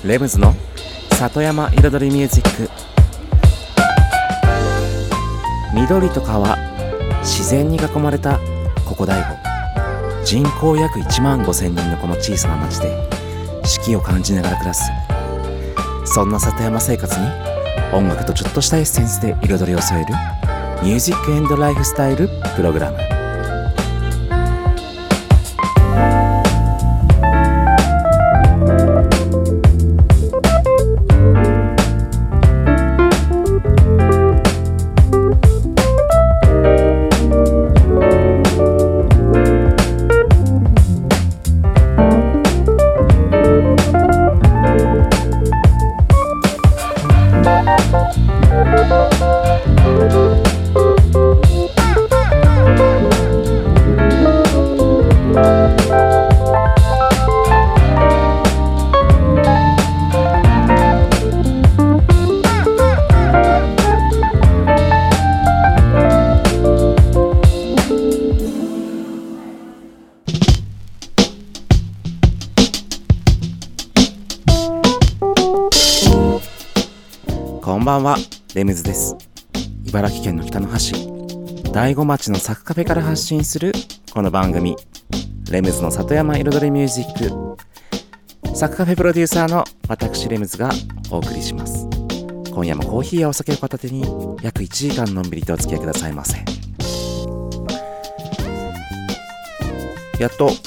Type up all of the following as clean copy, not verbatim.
レムズの里山彩りミュージック。緑と川、自然に囲まれたここ大悟。人口約1万5千人のこの小さな町で四季を感じながら暮らす。そんな里山生活に音楽とちょっとしたエッセンスで彩りを添えるミュージック&ライフスタイルプログラム。こんばんは、レムズです。茨城県の北の端、大子町のサクカフェから発信するこの番組、レムズの里山彩りミュージック。サクカフェプロデューサーの私レムズがお送りします。今夜もコーヒーやお酒を片手に約1時間のんびりとお付き合いくださいませ。やっと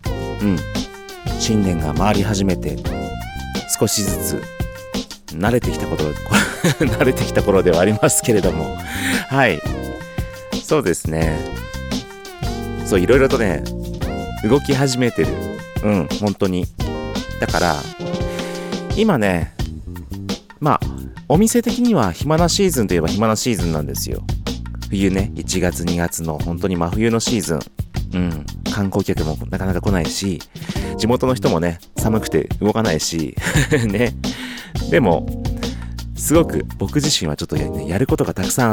新年が回り始めて少しずつ慣れてきた頃ではありますけれども、はい、そうですね。そういろいろとね動き始めてる。本当に。だから今ね、お店的には暇なシーズンといえば暇なシーズンなんですよ。冬ね、1月2月の本当に真冬のシーズン。観光客もなかなか来ないし、地元の人もね寒くて動かないしね。でもすごく僕自身はちょっとやることがたくさんあって、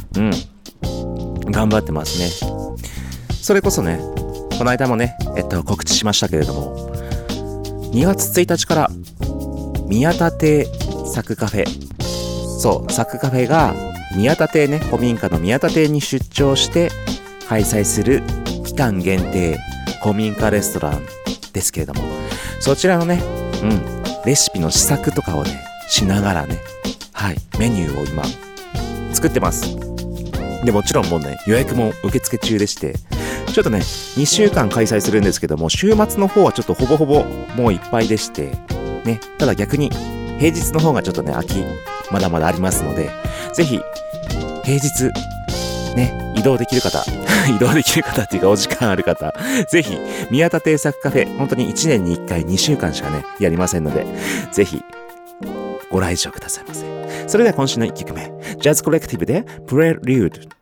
頑張ってますね。それこそね、この間もね、告知しましたけれども、2月1日から宮田邸サクカフェ、サクカフェが宮田邸ね、古民家の宮田邸に出張して開催する期間限定古民家レストランですけれども、そちらのね、レシピの試作とかをねしながらね、メニューを今作ってます。でもちろんもうね予約も受付中でして、ちょっとね2週間開催するんですけども、週末の方はちょっとほぼほぼもういっぱいでしてね。ただ逆に平日の方がちょっとね空きまだまだありますので、ぜひ平日ね移動できる方っていうかお時間ある方、ぜひ宮田邸サクカフェ、本当に1年に1回2週間しかねやりませんので、ぜひご来場くださいませ。それでは今週の1曲目、ジャズコレクティブでプレリュード。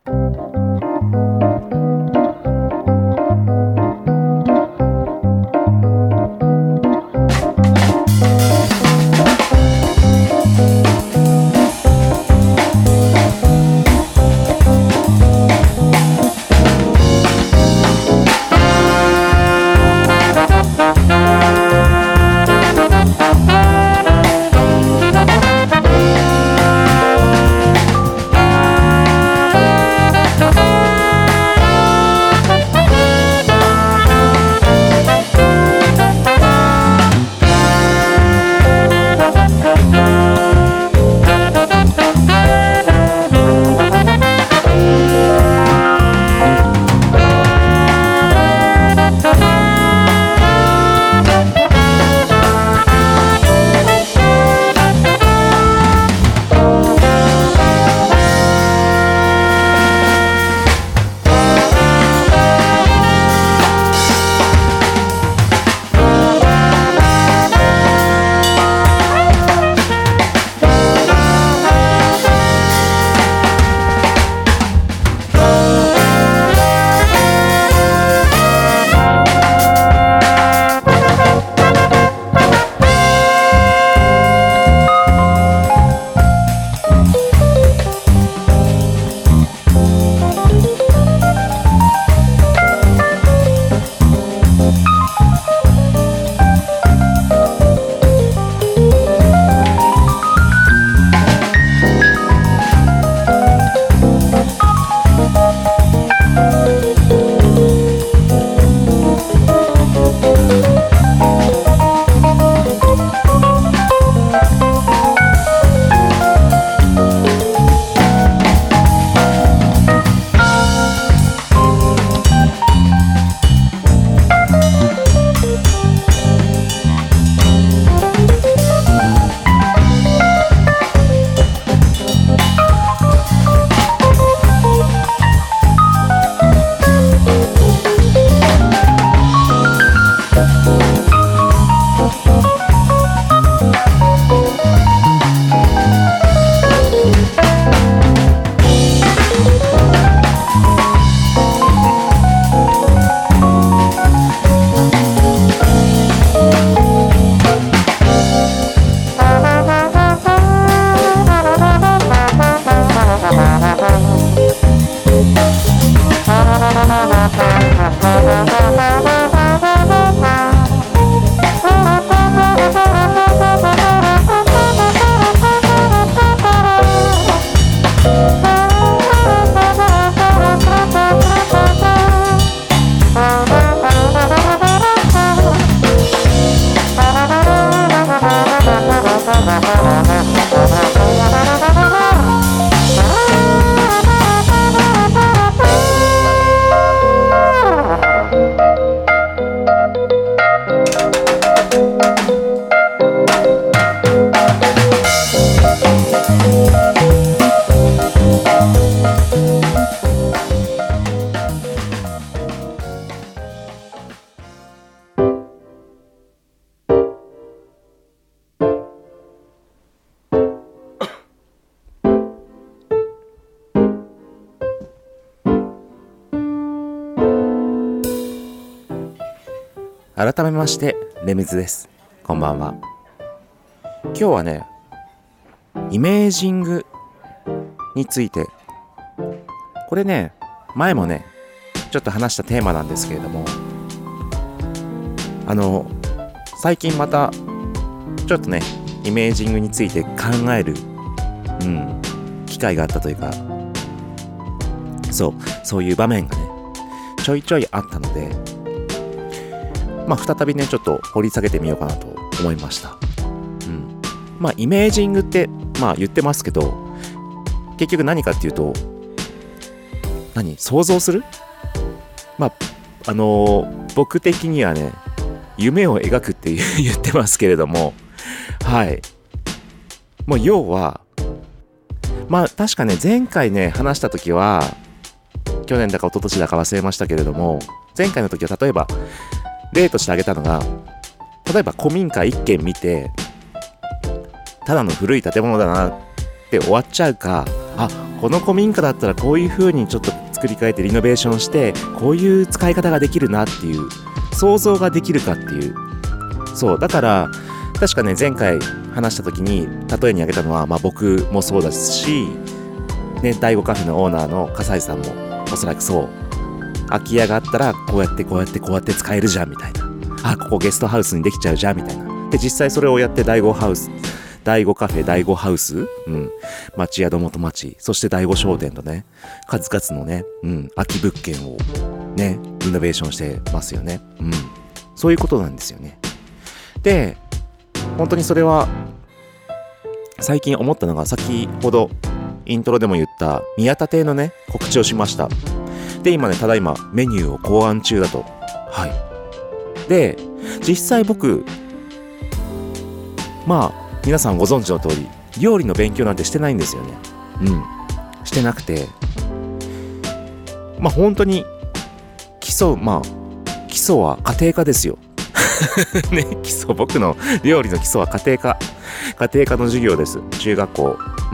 改めましてレミズです。こんばんは。今日はね、イメージングについて、これね、前もねちょっと話したテーマなんですけれども、最近またちょっとねイメージングについて考える、機会があったというか、そういう場面がねちょいちょいあったので、再びねちょっと掘り下げてみようかなと思いました。イメージングって言ってますけど、結局何かっていうと、想像する？僕的にはね、夢を描くって言ってますけれども、はい。もう要は、確かね、前回ね、話した時は、去年だか一昨年だか忘れましたけれども、前回の時は例えば、例として挙げたのが、例えば古民家一軒見て、ただの古い建物だなって終わっちゃうか、この古民家だったらこういう風にちょっと作り変えてリノベーションして、こういう使い方ができるなっていう想像ができるかっていう。だから確かね、前回話した時に例えに挙げたのは、僕もそうですしね、第5カフェのオーナーの笠井さんもおそらくそう。空き家があったらこうやって使えるじゃんみたいな、ここゲストハウスにできちゃうじゃんみたいな。で実際それをやって第5カフェ、第5ハウス、町宿元町、そして第5商店とね、数々のね、空き物件をね、リノベーションしてますよね。そういうことなんですよね。で、本当にそれは、最近思ったのが、先ほどイントロでも言った宮田亭のね、告知をしました。で、今ね、ただいまメニューを考案中だと。はい。で、実際僕、皆さんご存知の通り、料理の勉強なんてしてないんですよね。してなくて、本当に基礎は家庭科ですよ。ね、僕の料理の基礎は家庭科の授業です。中学校、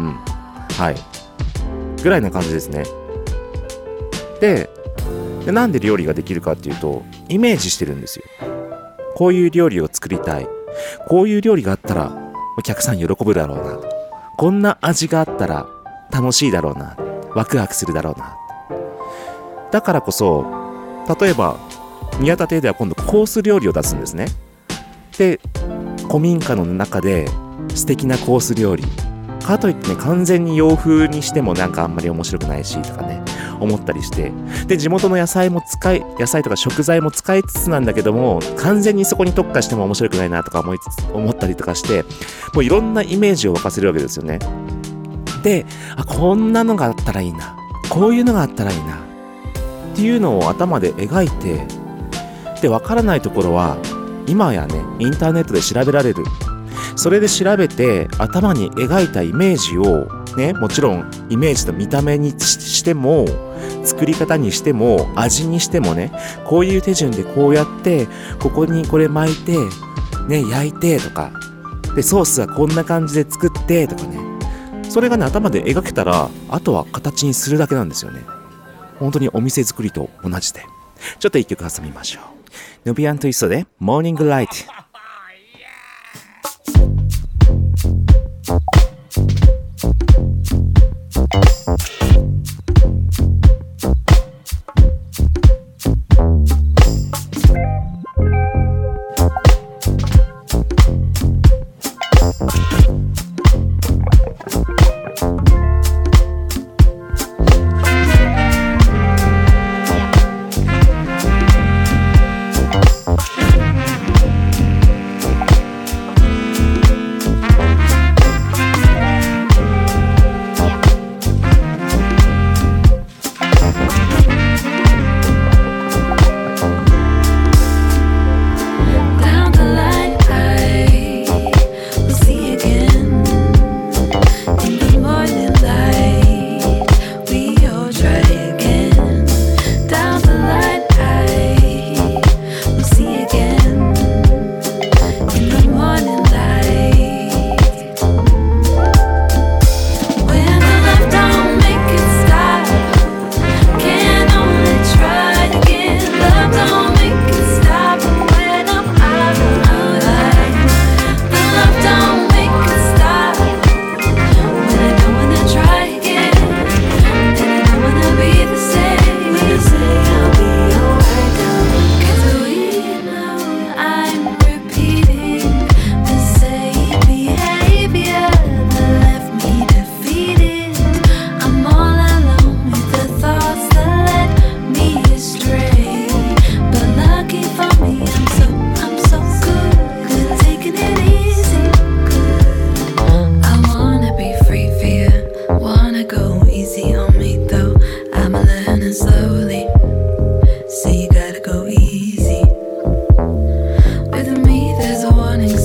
ぐらいな感じですね。で、なんで料理ができるかっていうと、イメージしてるんですよ。こういう料理を作りたい。こういう料理があったらお客さん喜ぶだろうな。こんな味があったら楽しいだろうな。ワクワクするだろうな。だからこそ、例えば宮田亭では今度コース料理を出すんですね。で、古民家の中で素敵なコース料理かといってね、完全に洋風にしてもなんかあんまり面白くないしとかね、思ったりして、で地元の野菜とか食材も使いつつなんだけども、完全にそこに特化しても面白くないなとか思ったりとかして、もういろんなイメージを沸かせるわけですよね。で、こんなのがあったらいいな、こういうのがあったらいいなっていうのを頭で描いて、で分からないところは今やね、インターネットで調べられる。それで調べて頭に描いたイメージをね、もちろんイメージの見た目にしても、作り方にしても、味にしてもね、こういう手順でこうやってここにこれ巻いてね、焼いてとかで、ソースはこんな感じで作ってとかね、それがね頭で描けたら、あとは形にするだけなんですよね。本当にお店作りと同じで。ちょっと一曲挟みましょう。ヌビアントイストでモーニングライト。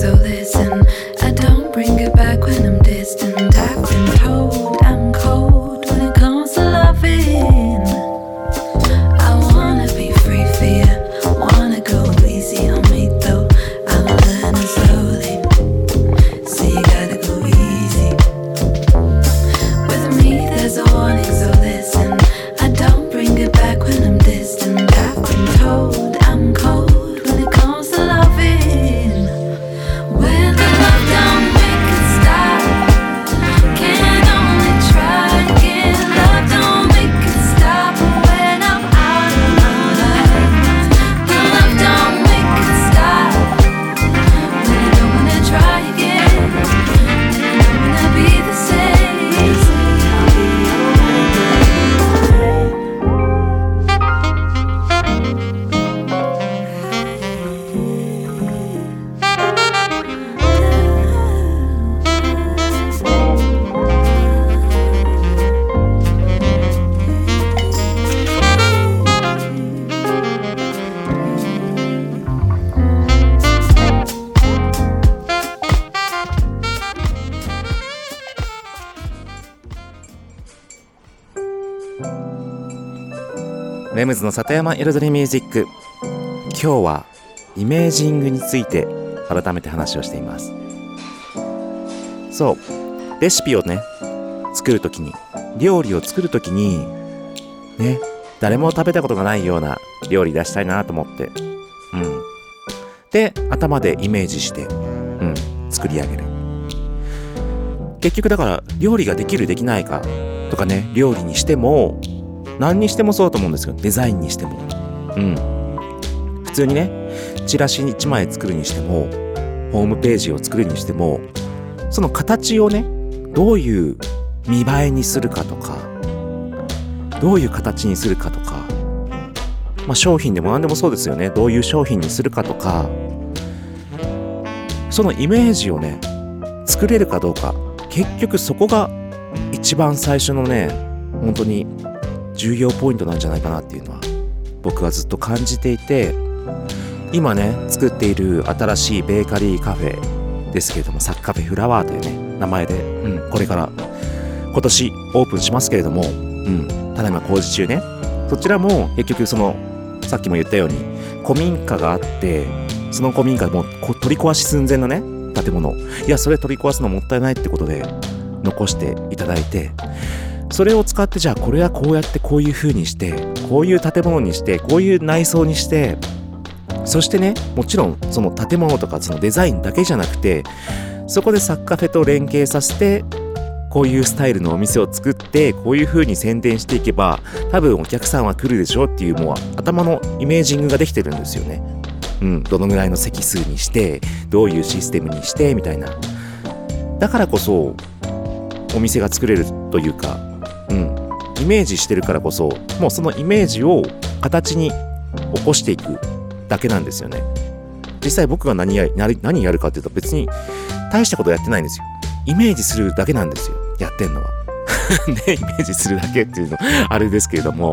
so listen. I don't bring it back when I'm distant. I've been told I'm cold when it comes to loving. I wanna be free for you, wanna go easy on me though. I'm learning slowly, so you gotta go easy. With me there's a warning, so listen. I don't bring it back when I'm distant. I've been told I'm cold when it comes to loving. When the love don't make it stop, can only try again. Love don't make it stop when I'm out of my life. The love don't make it stop when I don't wanna try again. And I don't wanna be the same. I'll be レムズの里山彩りミュージック。今日はイメージングについて改めて話をしています。そう、レシピをね作るときに、料理を作るときにね、誰も食べたことがないような料理出したいなと思って、で頭でイメージして、作り上げる。結局だから料理ができるできないかとかね、料理にしても何にしてもそうだと思うんですよ。デザインにしても、普通にねチラシ1枚作るにしても、ホームページを作るにしても、その形をねどういう見栄えにするかとか、どういう形にするかとか、商品でも何でもそうですよね。どういう商品にするかとか、そのイメージをね作れるかどうか、結局そこが一番最初のね本当に重要ポイントなんじゃないかなっていうのは僕はずっと感じていて、今ね作っている新しいベーカリーカフェですけれども、サッカフェフラワーというね名前で、これから今年オープンしますけれども、ただいま工事中ね。そちらも結局そのさっきも言ったように古民家があって、その古民家も取り壊し寸前のね建物、いやそれ取り壊すのもったいないってことで残していただいて、それを使ってじゃあこれはこうやってこういう風にして、こういう建物にして、こういう内装にして、そしてねもちろんその建物とかそのデザインだけじゃなくて、そこでサッカフェと連携させてこういうスタイルのお店を作って、こういう風に宣伝していけば多分お客さんは来るでしょっていう、もう頭のイメージングができてるんですよね。どのぐらいの席数にして、どういうシステムにしてみたいな。だからこそお店が作れるというか、イメージしてるからこそ、もうそのイメージを形に起こしていくだけなんですよね。実際僕が何やるかっていうと、別に大したことやってないんですよ。イメージするだけなんですよ、やってんのは。ね、イメージするだけっていうのあれですけれども、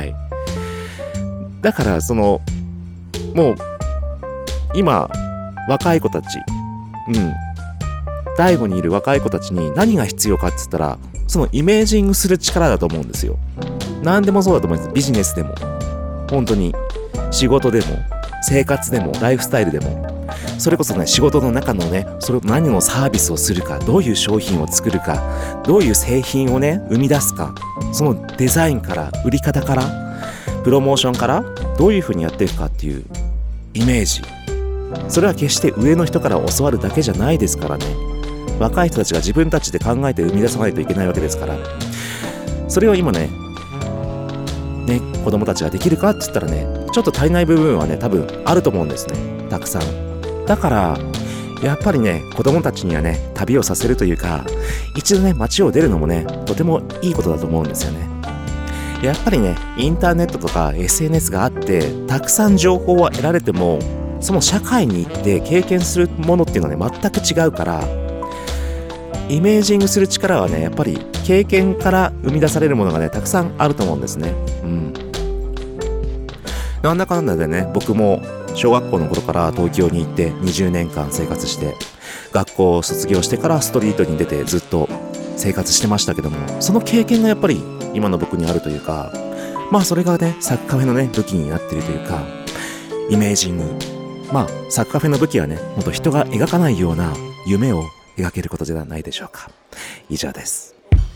だからもう今若い子たち、第5にいる若い子たちに何が必要かって言ったら、そのイメージングする力だと思うんですよ。何でもそうだと思うんです。ビジネスでも、本当に仕事でも、生活でも、ライフスタイルでも、それこそね仕事の中のね、それを何のサービスをするか、どういう商品を作るか、どういう製品をね生み出すか、そのデザインから売り方からプロモーションからどういう風にやっていくかっていうイメージ、それは決して上の人から教わるだけじゃないですからね。若い人たちが自分たちで考えて生み出さないといけないわけですから、それを今ね子供たちができるかって言ったらね、ちょっと足りない部分はね多分あると思うんですね、たくさん。だからやっぱりね子供たちにはね旅をさせるというか、一度ね街を出るのもねとてもいいことだと思うんですよね。やっぱりねインターネットとか SNS があって、たくさん情報は得られても、その社会に行って経験するものっていうのはね全く違うから、イメージングする力はねやっぱり経験から生み出されるものがねたくさんあると思うんですね。なんだかんだでね僕も小学校の頃から東京に行って20年間生活して、学校を卒業してからストリートに出てずっと生活してましたけども、その経験がやっぱり今の僕にあるというか、まあそれがね、サッカフェのね、武器になっているというか、イメージング。まあサッカフェの武器はね、ほんと人が描かないような夢を描けることではないでしょうか。以上です。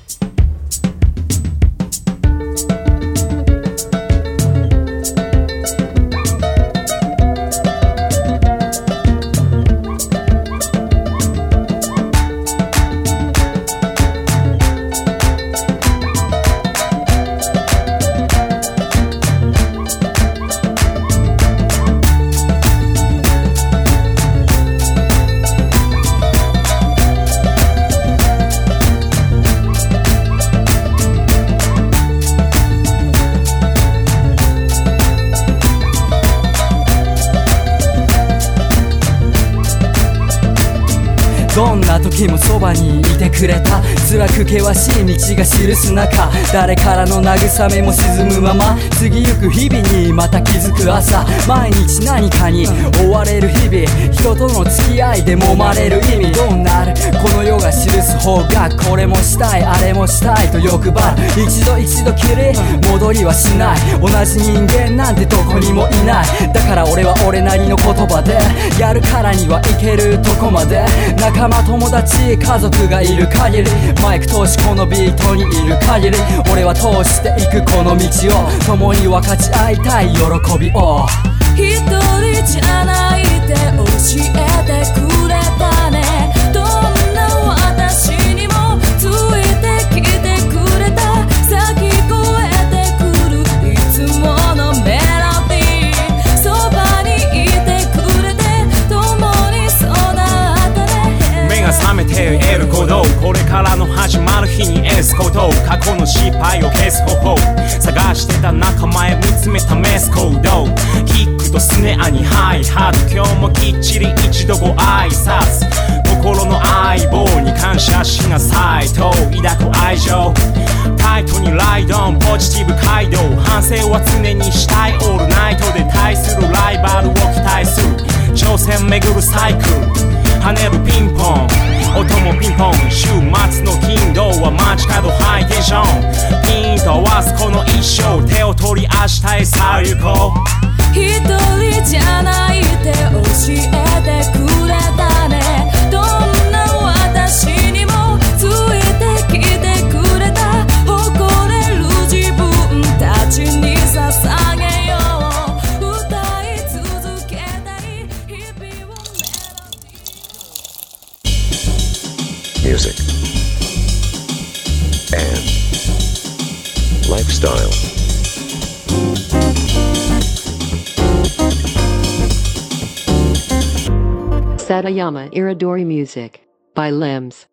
どんな時もそばにいてくれた、辛く険しい道が記す中、誰からの慰めも沈むまま過ぎゆく日々にまた気づく朝、毎日何かに追われる日々、人との付き合いで揉まれる意味、どうなるこの世が記す方が、これもしたいあれもしたいと欲張る、一度きり戻りはしない、同じ人間なんてどこにもいない、だから俺は俺なりの言葉でやるからにはいけるとこまで、仲間友達家族がいる限り、マイク通しこのビートにいる限り、俺は通していくこの道を共に分かち合いたい喜びを。 一人じゃないって教えてくれたね、どんな私にもついてきてくれた、咲き越えてくるいつものメロディー、そばにいてくれて共に育ったね。 目が覚めて得ること、これからの始まる日に得すこと、過去の失敗を消す方法、探してた仲間へ見つめ試す行動、キックとスネアにハイハート、今日もきっちり一度ご挨拶、心の相棒に感謝しなさいと抱く愛情、タイトにライドオンポジティブ街道、反省は常にしたいオールナイトで対するライバルを期待する、挑戦巡るサイクル、跳ねるピンポン音もピンポン、週末の金土は街角ハイテンション、ピンと合わすこの一生、手を取り明日へさあ行こう。 一人じゃないって教えてくれたね、どんな私にもついてきてくれた、誇れる自分たちに捧げよう、歌い続けたい日々を Music and lifestyle. Satayama Iridori Music by Lems.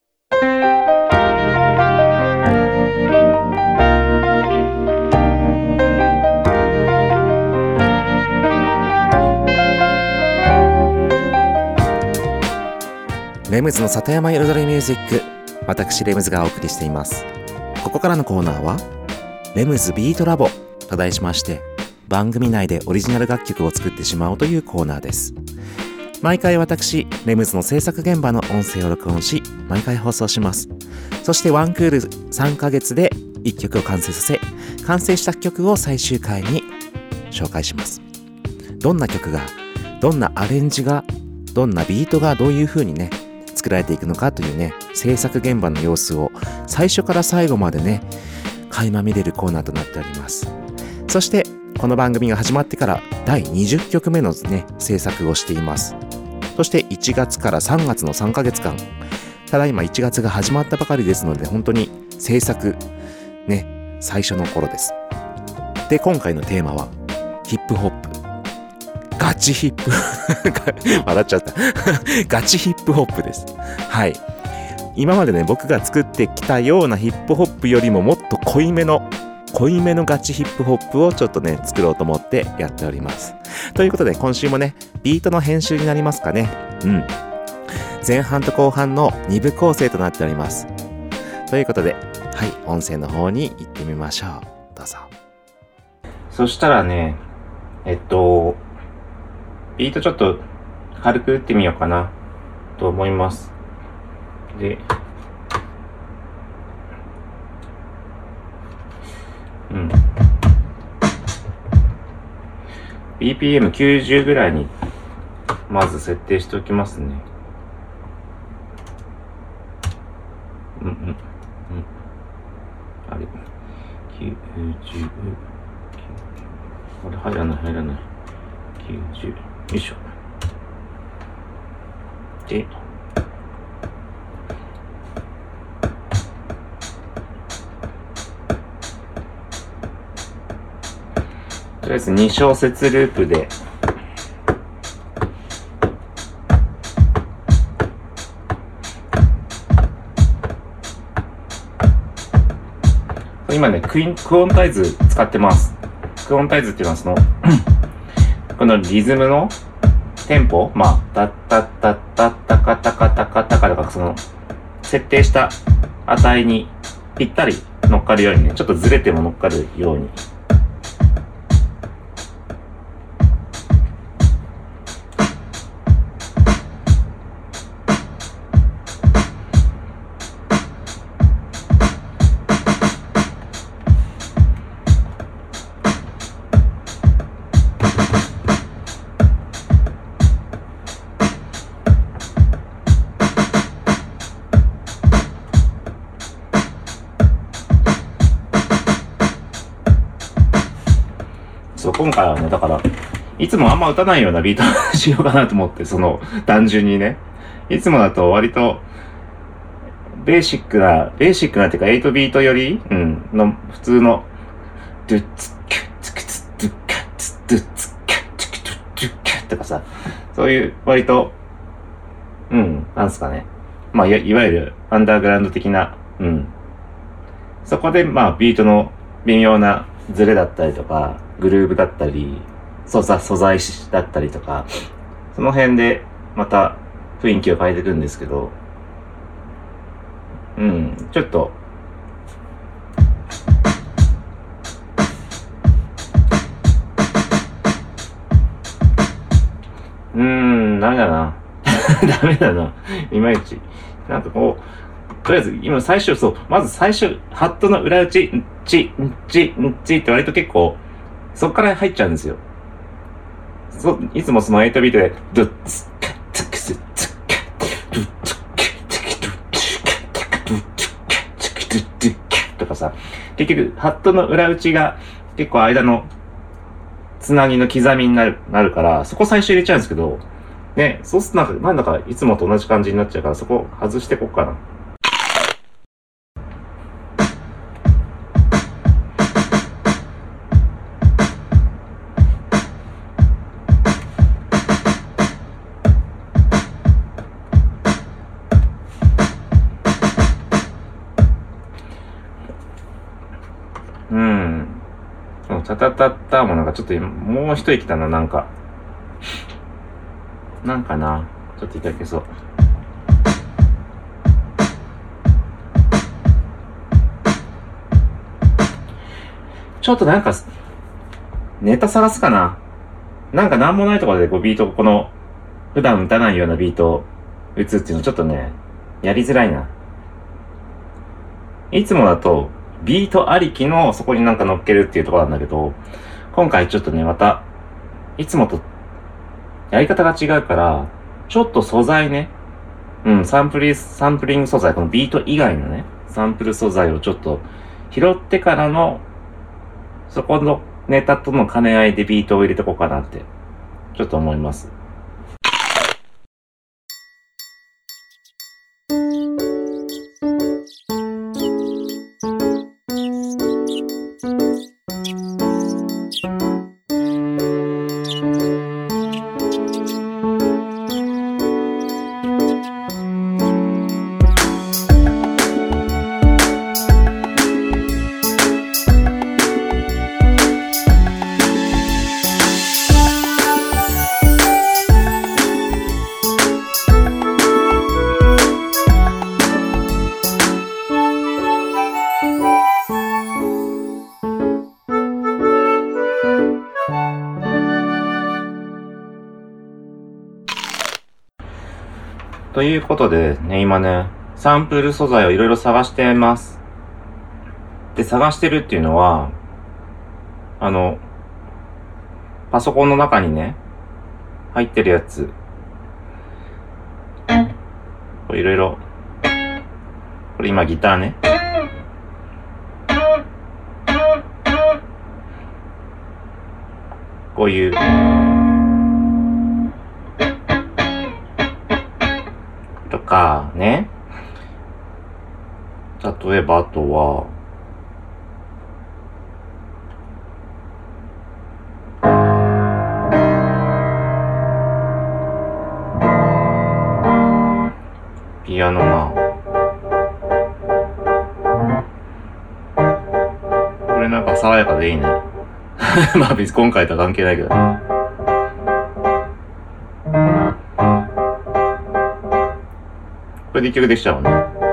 レムズの里山彩りミュージック、私レムズがお送りしています。ここからのコーナーはレムズビートラボと題しまして、番組内でオリジナル楽曲を作ってしまおうというコーナーです。毎回私レムズの制作現場の音声を録音し、毎回放送します。そしてワンクール3ヶ月で1曲を完成させ、完成した曲を最終回に紹介します。どんな曲が、どんなアレンジが、どんなビートがどういう風にね作られていくのかというね、制作現場の様子を最初から最後までね垣間見れるコーナーとなっております。そしてこの番組が始まってから第20曲目のね制作をしています。そして1月から3月の3ヶ月間、ただいま1月が始まったばかりですので、本当に制作ね最初の頃です。で、今回のテーマはヒップホップ、ガチヒップ笑っちゃったガチヒップホップです。はい、今までね僕が作ってきたようなヒップホップよりももっと濃いめのガチヒップホップをちょっとね作ろうと思ってやっております。ということで今週もねビートの編集になりますかね。前半と後半の2部構成となっております。ということで、はい、音声の方に行ってみましょう。どうぞ。そしたらねビートちょっと軽く打ってみようかなと思います。で、BPM90 ぐらいにまず設定しておきますね。あれ、90、これ入らない、90、よいしょ。で、とりあえず2小節ループで今ね、クオンタイズ使ってます。クオンタイズっていうのはそのこのリズムのテンポ、まあ、タッタッタッタッタカタカタカタカとか、その設定した値にぴったり乗っかるようにね、ちょっとずれても乗っかるように。今回はね、だから、いつもあんま打たないようなビートをしようかなと思って、その、単純にね。いつもだと割と、ベーシックなっていうか、8ビートより、の、普通の、ドゥッツッキャッツクツッドゥッキャッツドゥッツッキャッツクドゥッドゥッキャッとかさ、そういう割と、なんすかね。まあ、いわゆるアンダーグラウンド的な、そこで、まあ、ビートの微妙なズレだったりとか、グルーヴだったり、素材だったりとか、その辺でまた雰囲気を変えていくんですけど、ちょっと、ダメだな。ダメだな。いまいち。なんかこう、とりあえず、今最初、まず最初、ハットの裏打ち、って割と結構、そっから入っちゃうんですよ。いつもその8ビートで、ドゥッツカツクスツカドゥッツカツキドゥッツカドゥッツカツキドゥッツカとかさ、結局、ハットの裏打ちが結構間のつなぎの刻みになるから、そこ最初入れちゃうんですけど、ね、そうするとなんだかいつもと同じ感じになっちゃうから、そこ外していこうかな。タタタッターもなんかちょっともう一息だな、なんかな、ちょっと一回消そう。ちょっとなんか、ネタ探すかな。なんかなんもないところでこうビート、この、普段打たないようなビートを打つっていうのちょっとね、やりづらいな。いつもだと、ビートありきのそこになんか乗っけるっていうところなんだけど、今回ちょっとね、また、いつもとやり方が違うから、ちょっと素材ね、サンプリング素材、このビート以外のね、サンプル素材をちょっと拾ってからの、そこのネタとの兼ね合いでビートを入れていこうかなって、ちょっと思います。 ということでね、今ね、サンプル素材をいろいろ探してます。で、探してるっていうのは、パソコンの中にね、入ってるやつ。これいろいろ。これ今ギターね。こういう。とかね。例えばあとは、ピアノな。これなんか爽やかでいいね。まあ別に今回とは関係ないけど。これで一曲できちゃうね。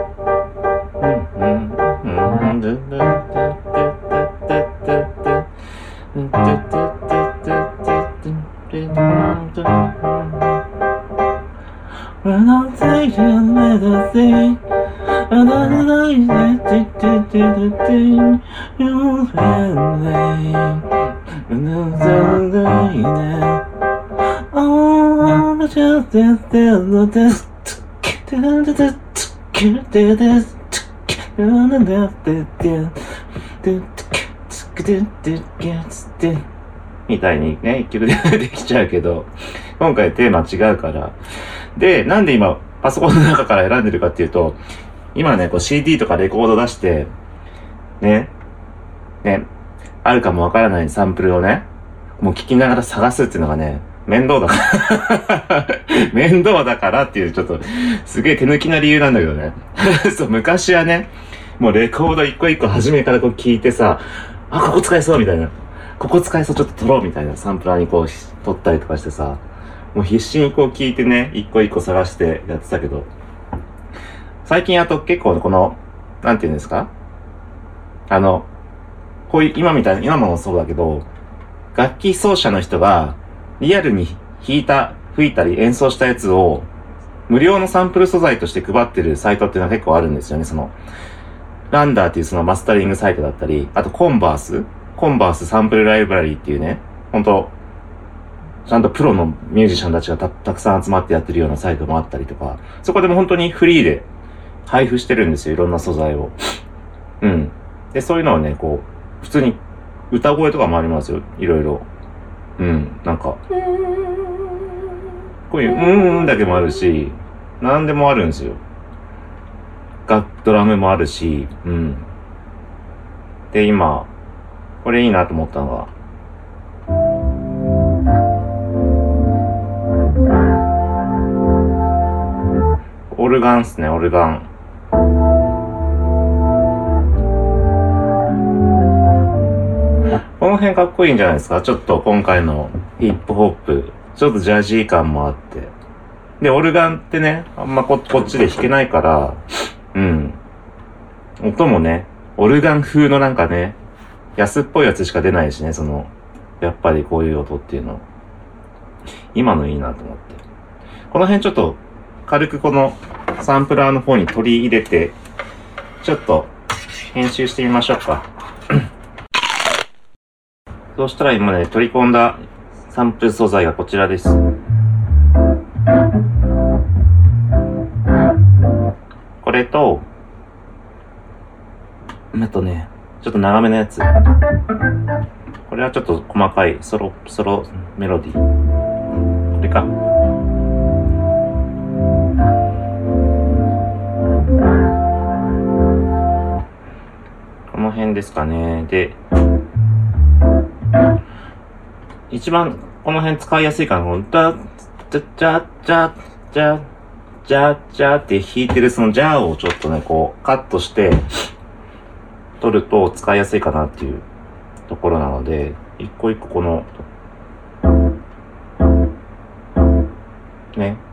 みたいにね、一曲でできちゃうけど、今回テーマ違うから。で、なんで今、パソコンの中から選んでるかっていうと、今ね、こう CD とかレコード出して、ね、あるかもわからないサンプルをね、もう聞きながら探すっていうのがね、面倒だから面倒だからっていうちょっとすげえ手抜きな理由なんだけどねそう、昔はね、もうレコード一個一個初めからこう聞いてさ、あ、ここ使えそうみたいな、ここ使えそうちょっと撮ろうみたいなサンプラーにこう撮ったりとかしてさ、もう必死にこう聞いてね、一個一個探してやってたけど、最近あと結構この、なんていうんですか、こういう今みたいな、今もそうだけど、楽器奏者の人がリアルに弾いた、吹いたり演奏したやつを無料のサンプル素材として配ってるサイトっていうのは結構あるんですよね。そのランダーっていうそのマスタリングサイトだったり、あとコンバースサンプルライブラリーっていうね、本当ちゃんとプロのミュージシャンたちがたくさん集まってやってるようなサイトもあったりとか、そこでも本当にフリーで配布してるんですよ、いろんな素材を。うん。で、そういうのをね、こう普通に歌声とかもありますよ、いろいろ。うん、なんかこういうだけもあるし、なんでもあるんですよ。ドラムもあるし、うん。で、今これいいなと思ったのが、オルガンっすね、オルガン。この辺かっこいいんじゃないですか。ちょっと今回のヒップホップ、ちょっとジャジー感もあって。で、オルガンってね、あんまこっちで弾けないから、うん。音もね、オルガン風のなんかね、安っぽいやつしか出ないしね、やっぱりこういう音っていうの。今のいいなと思って。この辺ちょっと、軽くこのサンプラーの方に取り入れて、ちょっと編集してみましょうか。そうしたら今ね、取り込んだサンプル素材がこちらです。これと、あとね、ちょっと長めのやつ。これはちょっと細かいソロメロディー。これか。この辺ですかね。で、一番この辺使いやすいかな。ダッチャチャチャチャチャチャって弾いてるそのジャーをちょっとね、こうカットして取ると使いやすいかなっていうところなので、一個一個このね、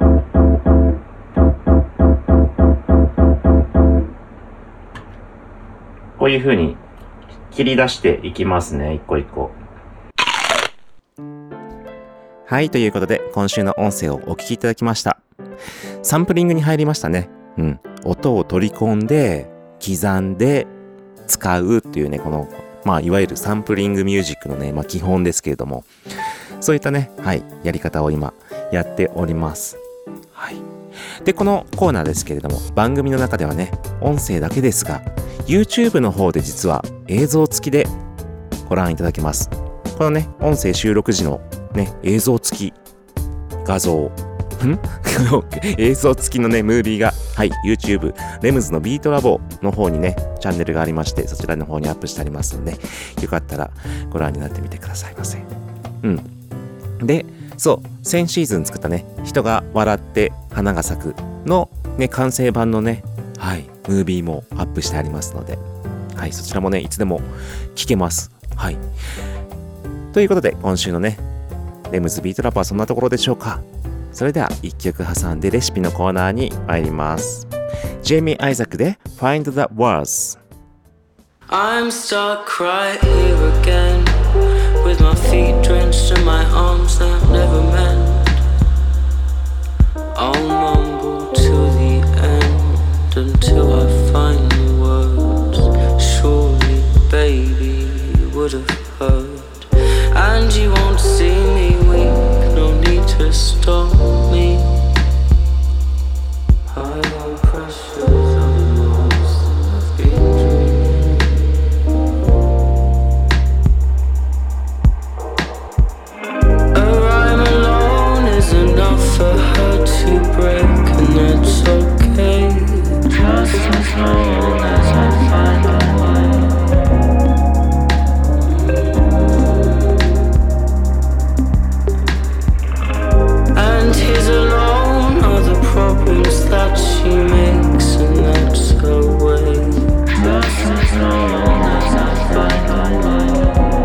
こういう風に切り出していきますね、一個一個。はい、ということで今週の音声をお聞きいただきました。 サンプリングに入りましたね。音を取り込んで刻んで使うっていうね、このいわゆるサンプリングミュージックのね、基本ですけれども、そういったね、やり方を今やっております。で、このコーナーですけれども、番組の中ではね、音声だけですが、YouTube の方で実は映像付きでご覧いただけます。このね、音声収録時のね、映像付き画像、映像付きのね、ムービーが、YouTube、レムズのビートラボの方にね、チャンネルがありまして、そちらの方にアップしてありますので、よかったらご覧になってみてくださいませ。で、そう、先シーズン作ったね、人が笑って花が咲くのね、完成版のね、ムービーもアップしてありますので、そちらもね、いつでも聞けます。ということで、今週のね、レムズビートラボはそんなところでしょうか。それでは一曲挟んでレシピのコーナーに参ります。ジェイミー・アイザックで Find the Words。 I'm stuck right here again with my feet drenched and my arms that never mend. I'll mumble to the end until I find the words. Surely, baby, you would have heard. And you won't see me weak, no need to stop me. I know pressure's on most than I've been dreaming. A rhyme alone is enough for her to break, and that's okay. Just as long as I find a way. And his alone are the problems that she makes, and that's her way. Just as long as I find a way.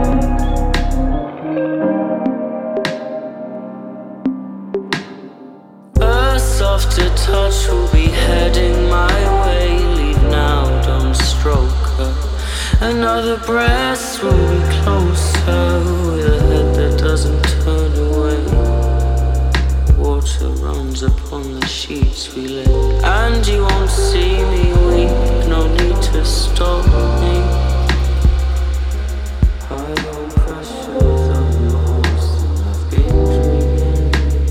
A softer touch will be heading my way. Leave now, don't stroke her. Another breath will be closer, with a head that doesn't turn away. Water runs upon the sheets we lay, and you won't see me weak, no need to stop me. I know pressure's on most than I've been dreaming.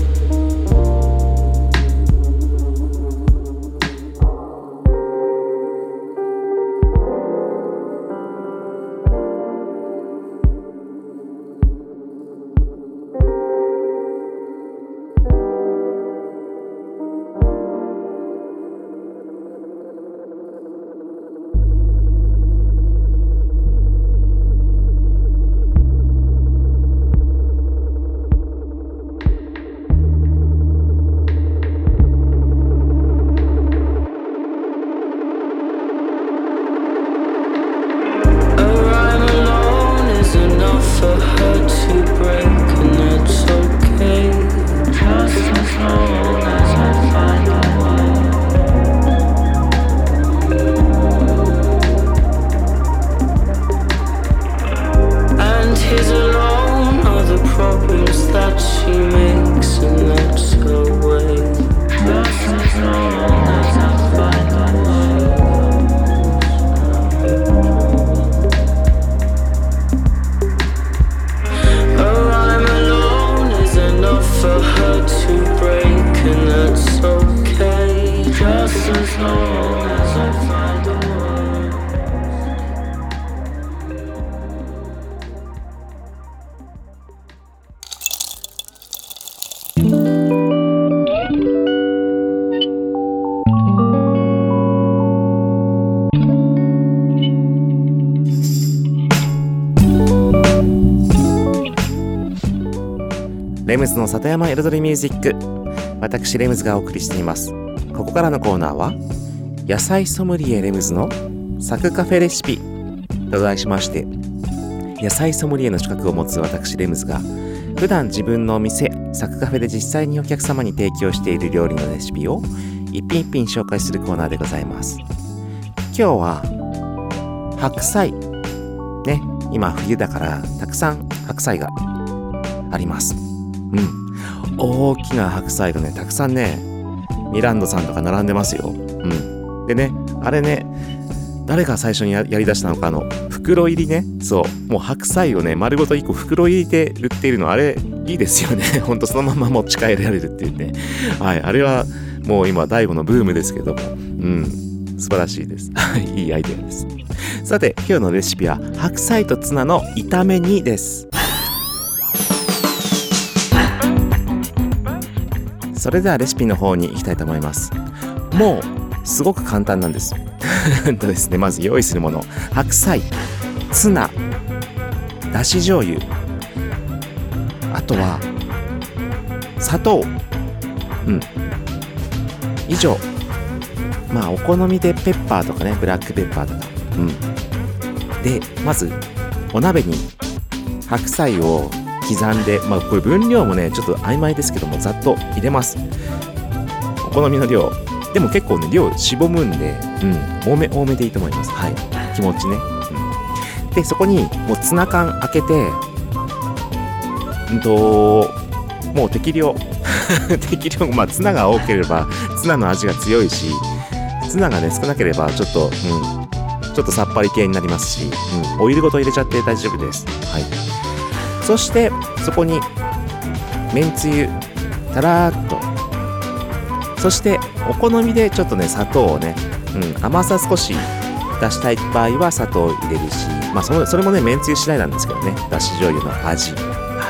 レムズの里山彩りミュージック、私レムズがお送りしています。ここからのコーナーは野菜ソムリエレムズのサクカフェレシピと題しまして、野菜ソムリエの資格を持つ私レムズが普段自分のお店サクカフェで実際にお客様に提供している料理のレシピを一品一品紹介するコーナーでございます。今日は白菜ね、今冬だからたくさん白菜があります。大きな白菜がねたくさんねミランドさんとか並んでますよ。でね、あれね、誰が最初に やり出したのか、袋入りね。そう、もう白菜をね丸ごと1個袋入りで売っているの、あれいいですよね。ほんとそのまま持ち帰られるっていうね。はい、あれはもう今第5のブームですけども、素晴らしいです。いいアイデアです。さて今日のレシピは白菜とツナの炒め煮です。それではレシピの方に行きたいと思います。もうすごく簡単なんです。ですね、まず用意するもの、白菜、ツナ、だし醤油、あとは砂糖、以上。まあお好みでペッパーとかね、ブラックペッパーとか、でまずお鍋に白菜を刻んで、まあこれ分量もねちょっと曖昧ですけども、ざっと入れます。お好みの量でも結構ね量絞むんで、多めでいいと思います。はい、気持ちね。でそこにもうツナ缶開けて、もう適量まあツナが多ければツナの味が強いし、ツナがね少なければちょっとさっぱり系になりますし、オイルごと入れちゃって大丈夫です。はい。そしてそこにめんつゆたらーっと、そしてお好みでちょっとね砂糖をね、甘さ少し出したい場合は砂糖を入れるし、まあそれもねめんつゆ次第なんですけどね、だし醤油の味。はい。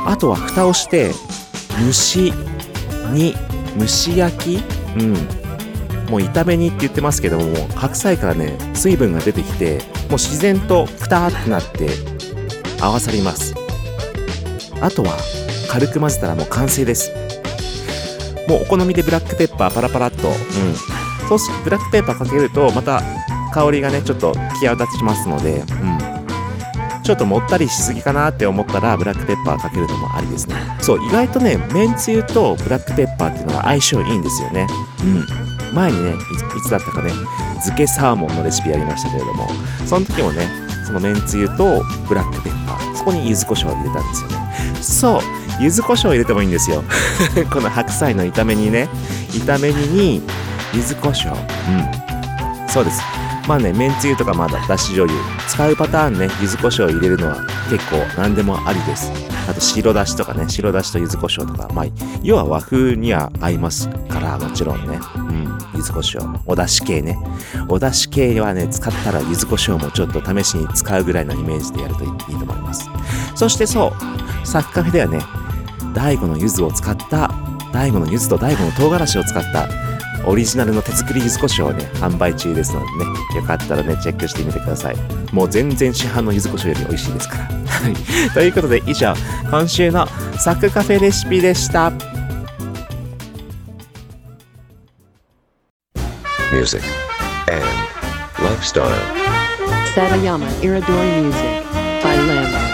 あとは蓋をして蒸し焼き、もう炒め煮って言ってますけども、白菜からね水分が出てきて、もう自然とくたーってなって合わさります。あとは軽く混ぜたらもう完成です。もうお好みでブラックペッパーパラパラっと、そうしブラックペッパーかけるとまた香りがねちょっと際立ちますので、ちょっともったりしすぎかなって思ったらブラックペッパーかけるのもありですね。そう、意外とねめんつゆとブラックペッパーっていうのは相性いいんですよね。前にねいつだったかね漬けサーモンのレシピやりましたけれども、その時もねそのめんつゆとブラックペッパー、そこに柚子胡椒を入れたんですよね。そう、柚子胡椒を入れてもいいんですよ。この白菜の炒め煮ね、炒め煮に柚子胡椒、そうです。まあね、めんつゆとかまだだし醤油使うパターンね、柚子胡椒を入れるのは結構何でもありです。あと白だしとかね、白だしと柚子胡椒とか、まあ要は和風には合いますから、もちろんね、柚子胡椒、おだし系ね、おだし系はね使ったら柚子胡椒もちょっと試しに使うぐらいのイメージでやるといいと思います。そしてそうサクカフェではね、第5の柚子を使った、第5の柚子と第5の唐辛子を使ったオリジナルの手作り柚子胡椒をね販売中ですのでね、よかったらねチェックしてみてください。もう全然市販の柚子胡椒より美味しいですから。ということで以上、今週のサクカフェレシピでした。 Music and lifestyle. Satayama Iridori Music by Limbs.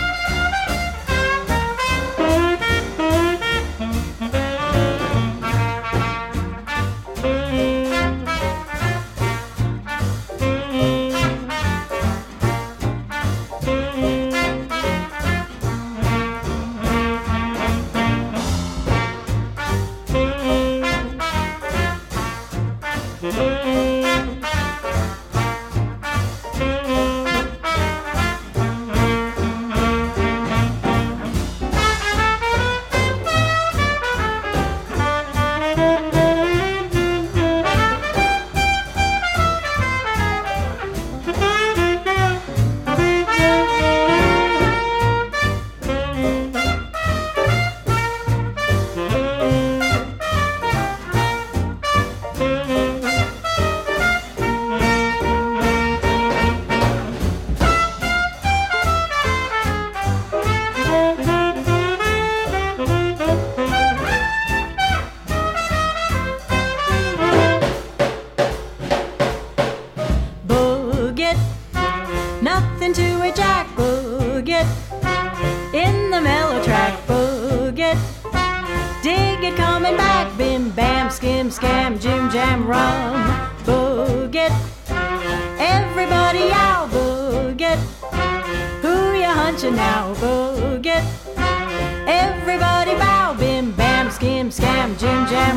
Nothing to a jack boogie in the mellow track boogie. Dig it coming back, bim bam, skim scam, jim jam rum boogie. Everybody out boogie. Who ya hunching now boogie? Everybody bow, bim bam, skim scam, jim jam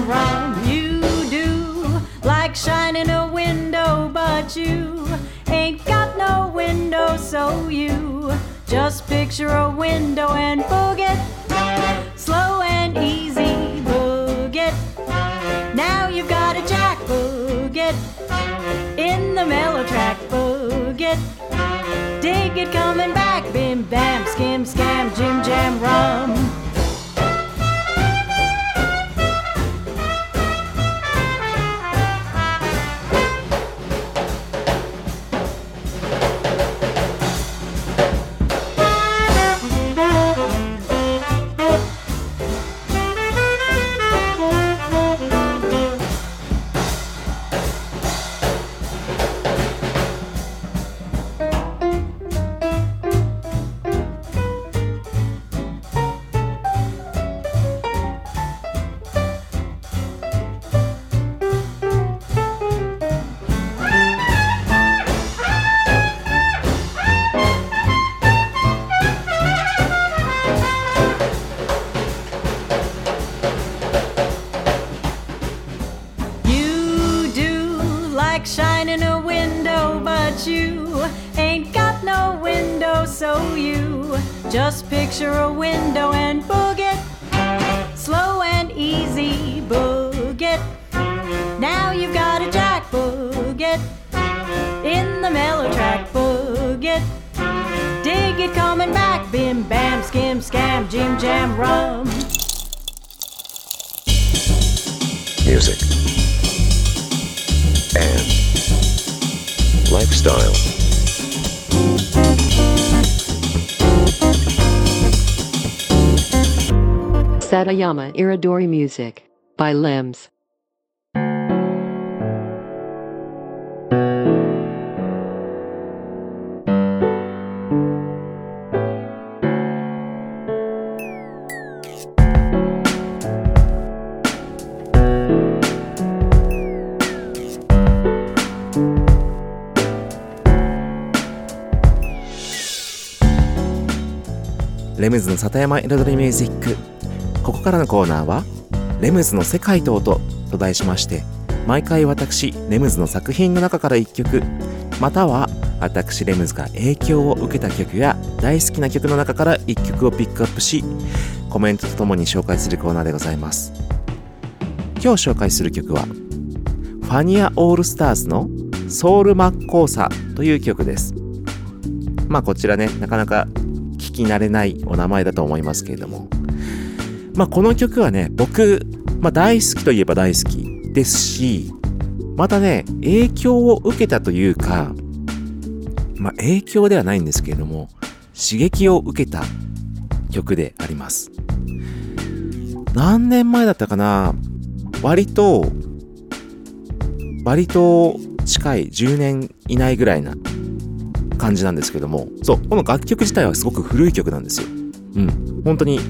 rum. You do like shining a window, but you ain't got no window, so you just picture a window and boog it, slow and easy, boog it. Now you've got a jack, boog it, in the mellow track, boog it. Dig it coming back, bim bam, skim scam, jim jam rum. Shining a window, but you ain't got no window, so you just picture a window and boog it, slow and easy, boog it. Now you've got a jack, boog it, in the mellow track, boog it. Dig it coming back, bim bam, skim scam, jim jam rum. Music and lifestyle. Satayama Iridori Music by Limbs. レムズの里山彩りミュージック。ここからのコーナーはレムズの世界と音と題しまして、毎回私レムズの作品の中から1曲、または私レムズが影響を受けた曲や大好きな曲の中から1曲をピックアップし、コメントとともに紹介するコーナーでございます。今日紹介する曲はファニアオールスターズのソウルマッコーサという曲です。まあこちらね、なかなか聞き慣れないお名前だと思いますけれども、まあこの曲はね、僕、大好きといえば大好きですし、またね、影響を受けたというか、影響ではないんですけれども、刺激を受けた曲であります。何年前だったかな、割と近い10年以内ぐらいな感じなんですけども、そう、この楽曲自体はすごく古い曲なんですよ。本当に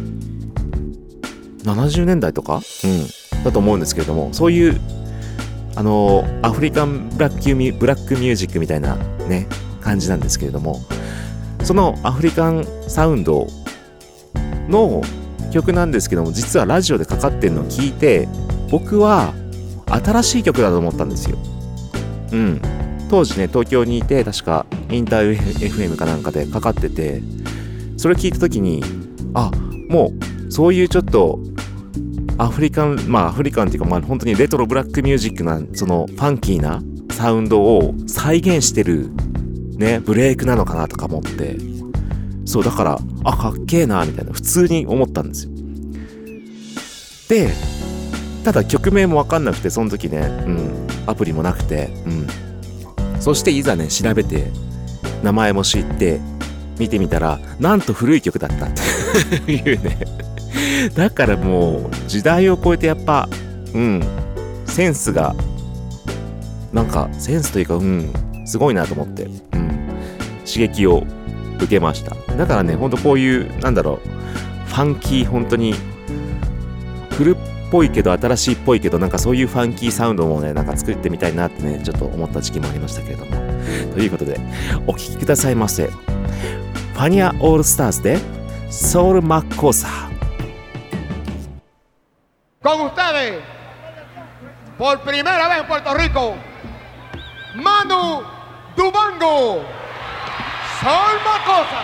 70年代とか、だと思うんですけれども、そういうアフリカンブラックミュージックみたいなね感じなんですけれども、そのアフリカンサウンドの曲なんですけども、実はラジオでかかってるのを聞いて、僕は新しい曲だと思ったんですよ。当時ね、東京にいて、確かインター FM かなんかでかかってて、それ聞いた時に、もうそういうちょっとアフリカンっていうか、本当にレトロブラックミュージックな、そのファンキーなサウンドを再現してるね、ブレイクなのかなとか思って、そうだからかっけえなみたいな普通に思ったんですよ。で、ただ曲名もわかんなくて、その時ね、アプリもなくて、そしていざね調べて名前も知って見てみたら、なんと古い曲だったっていうね。だからもう時代を超えてやっぱセンスがセンスというかすごいなと思って、刺激を受けました。だからね、ほんとこういうファンキー、本当に古っぽいけど新しいっぽいけど、そういうファンキーサウンドもね作ってみたいなってねちょっと思った時期もありましたけれども、ということでお聴きくださいませ。ファニアオールスターズでソウルマッコーサ。 Con ustedes, por primera vez en Puerto Rico, Manu Dubango, Sol Macosa.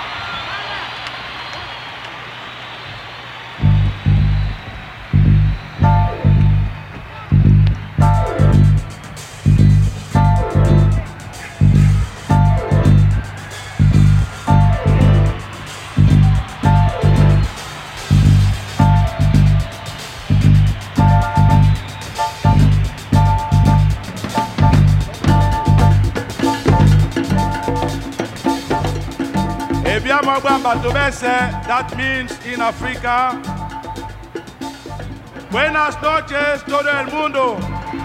That means in Africa, buenas noches todo el mundo.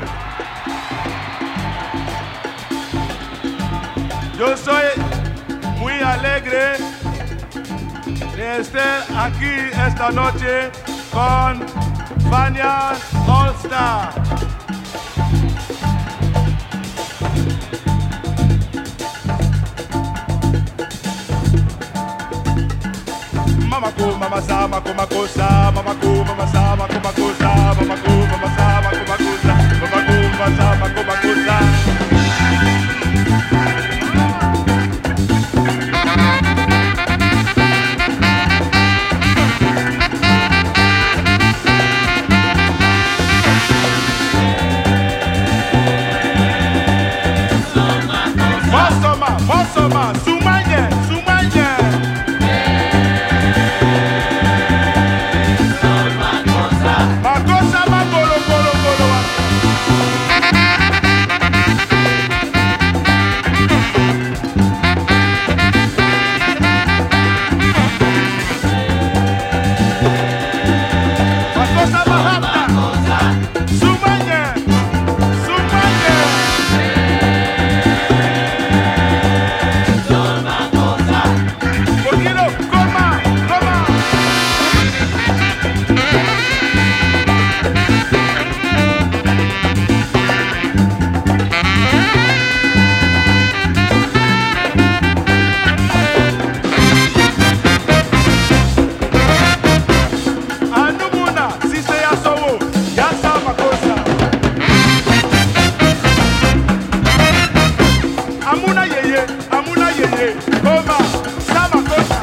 Yo soy muy alegre de estar aquí esta noche con Fania All Star. Mamaku, mamasa, makumakusa, mamaku, mamasa, makumakusa, mamaku, mamasa, makumakusa, mamaku, mamasa, makumakusa. Mosoma, Sumanye, Sumanye. Makosa, Makolo, Kolo, Kolo. Makosa, Mahapta. Sumanye, Sumanye. Poquito, coma, coma. Anumuna, si se ya sobo, ya sama cosa. Amuna yeye, coma, sama cosa.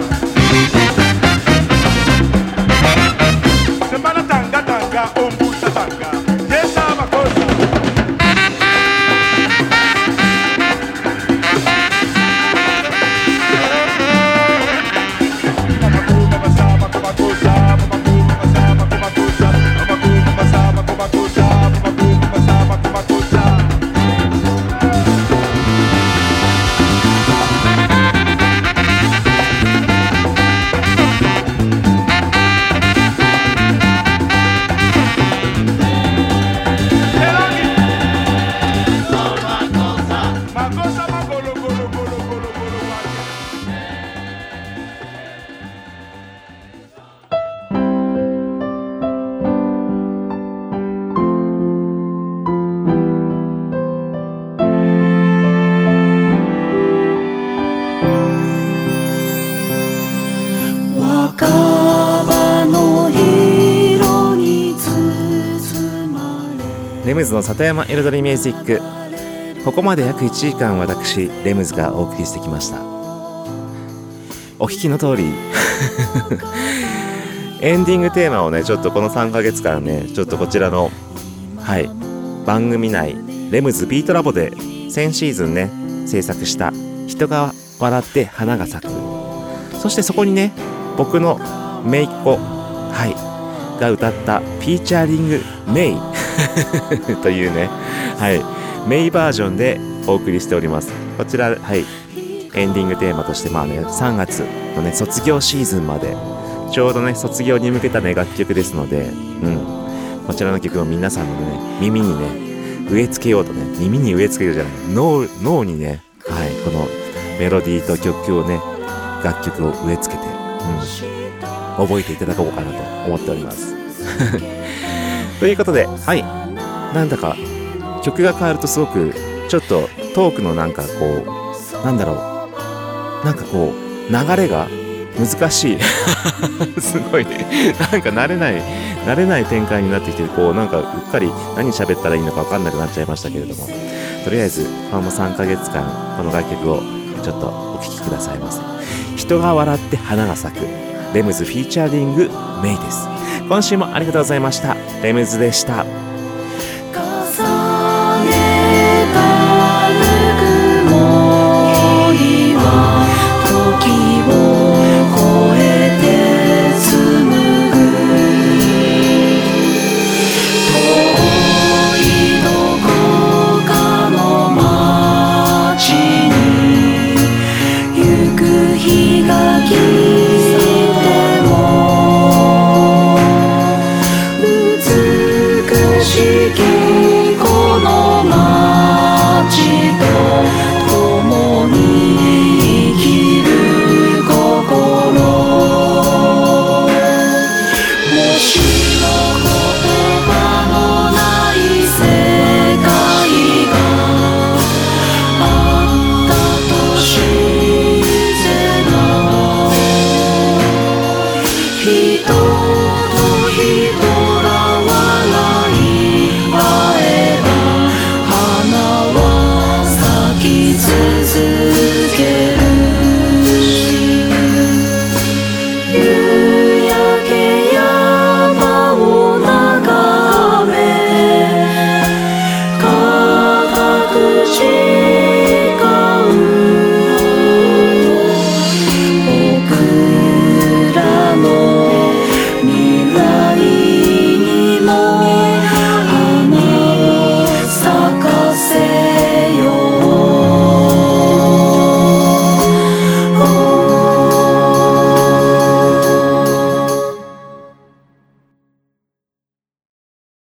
Semana tanga, tanga, ombusa tanga, ya sama cosa. レムズの里山彩りミュージック、ここまで約1時間私レムズがお送りしてきました。お聞きの通りエンディングテーマをね、ちょっとこの3ヶ月間ね、ちょっとこちらの番組内レムズビートラボで先シーズンね制作した人が笑って花が咲く、そしてそこにね僕の姪っ子が歌ったフィーチャーリングメイというね、メイバージョンでお送りしております。こちらエンディングテーマとして3月のね卒業シーズンまでちょうどね卒業に向けたね楽曲ですので、こちらの曲を皆さんのね耳にね植え付けようとね、耳に植え付けようじゃない脳にね、このメロディーと曲をね楽曲を植え付けて、覚えていただこうかなと思っておりますということで、なんだか曲が変わるとすごくちょっとトークのなんかこうなんだろう、なんかこう流れが難しいすごいね、なんか慣れない慣れない展開になってきて、こうなんかうっかり何喋ったらいいのか分かんなくなっちゃいましたけれども、とりあえずこの3ヶ月間この楽曲をちょっとお聴きくださいませ。人が笑って花が咲く、レムズフィーチャリングメイです。今週もありがとうございました。レムズでした。 美しき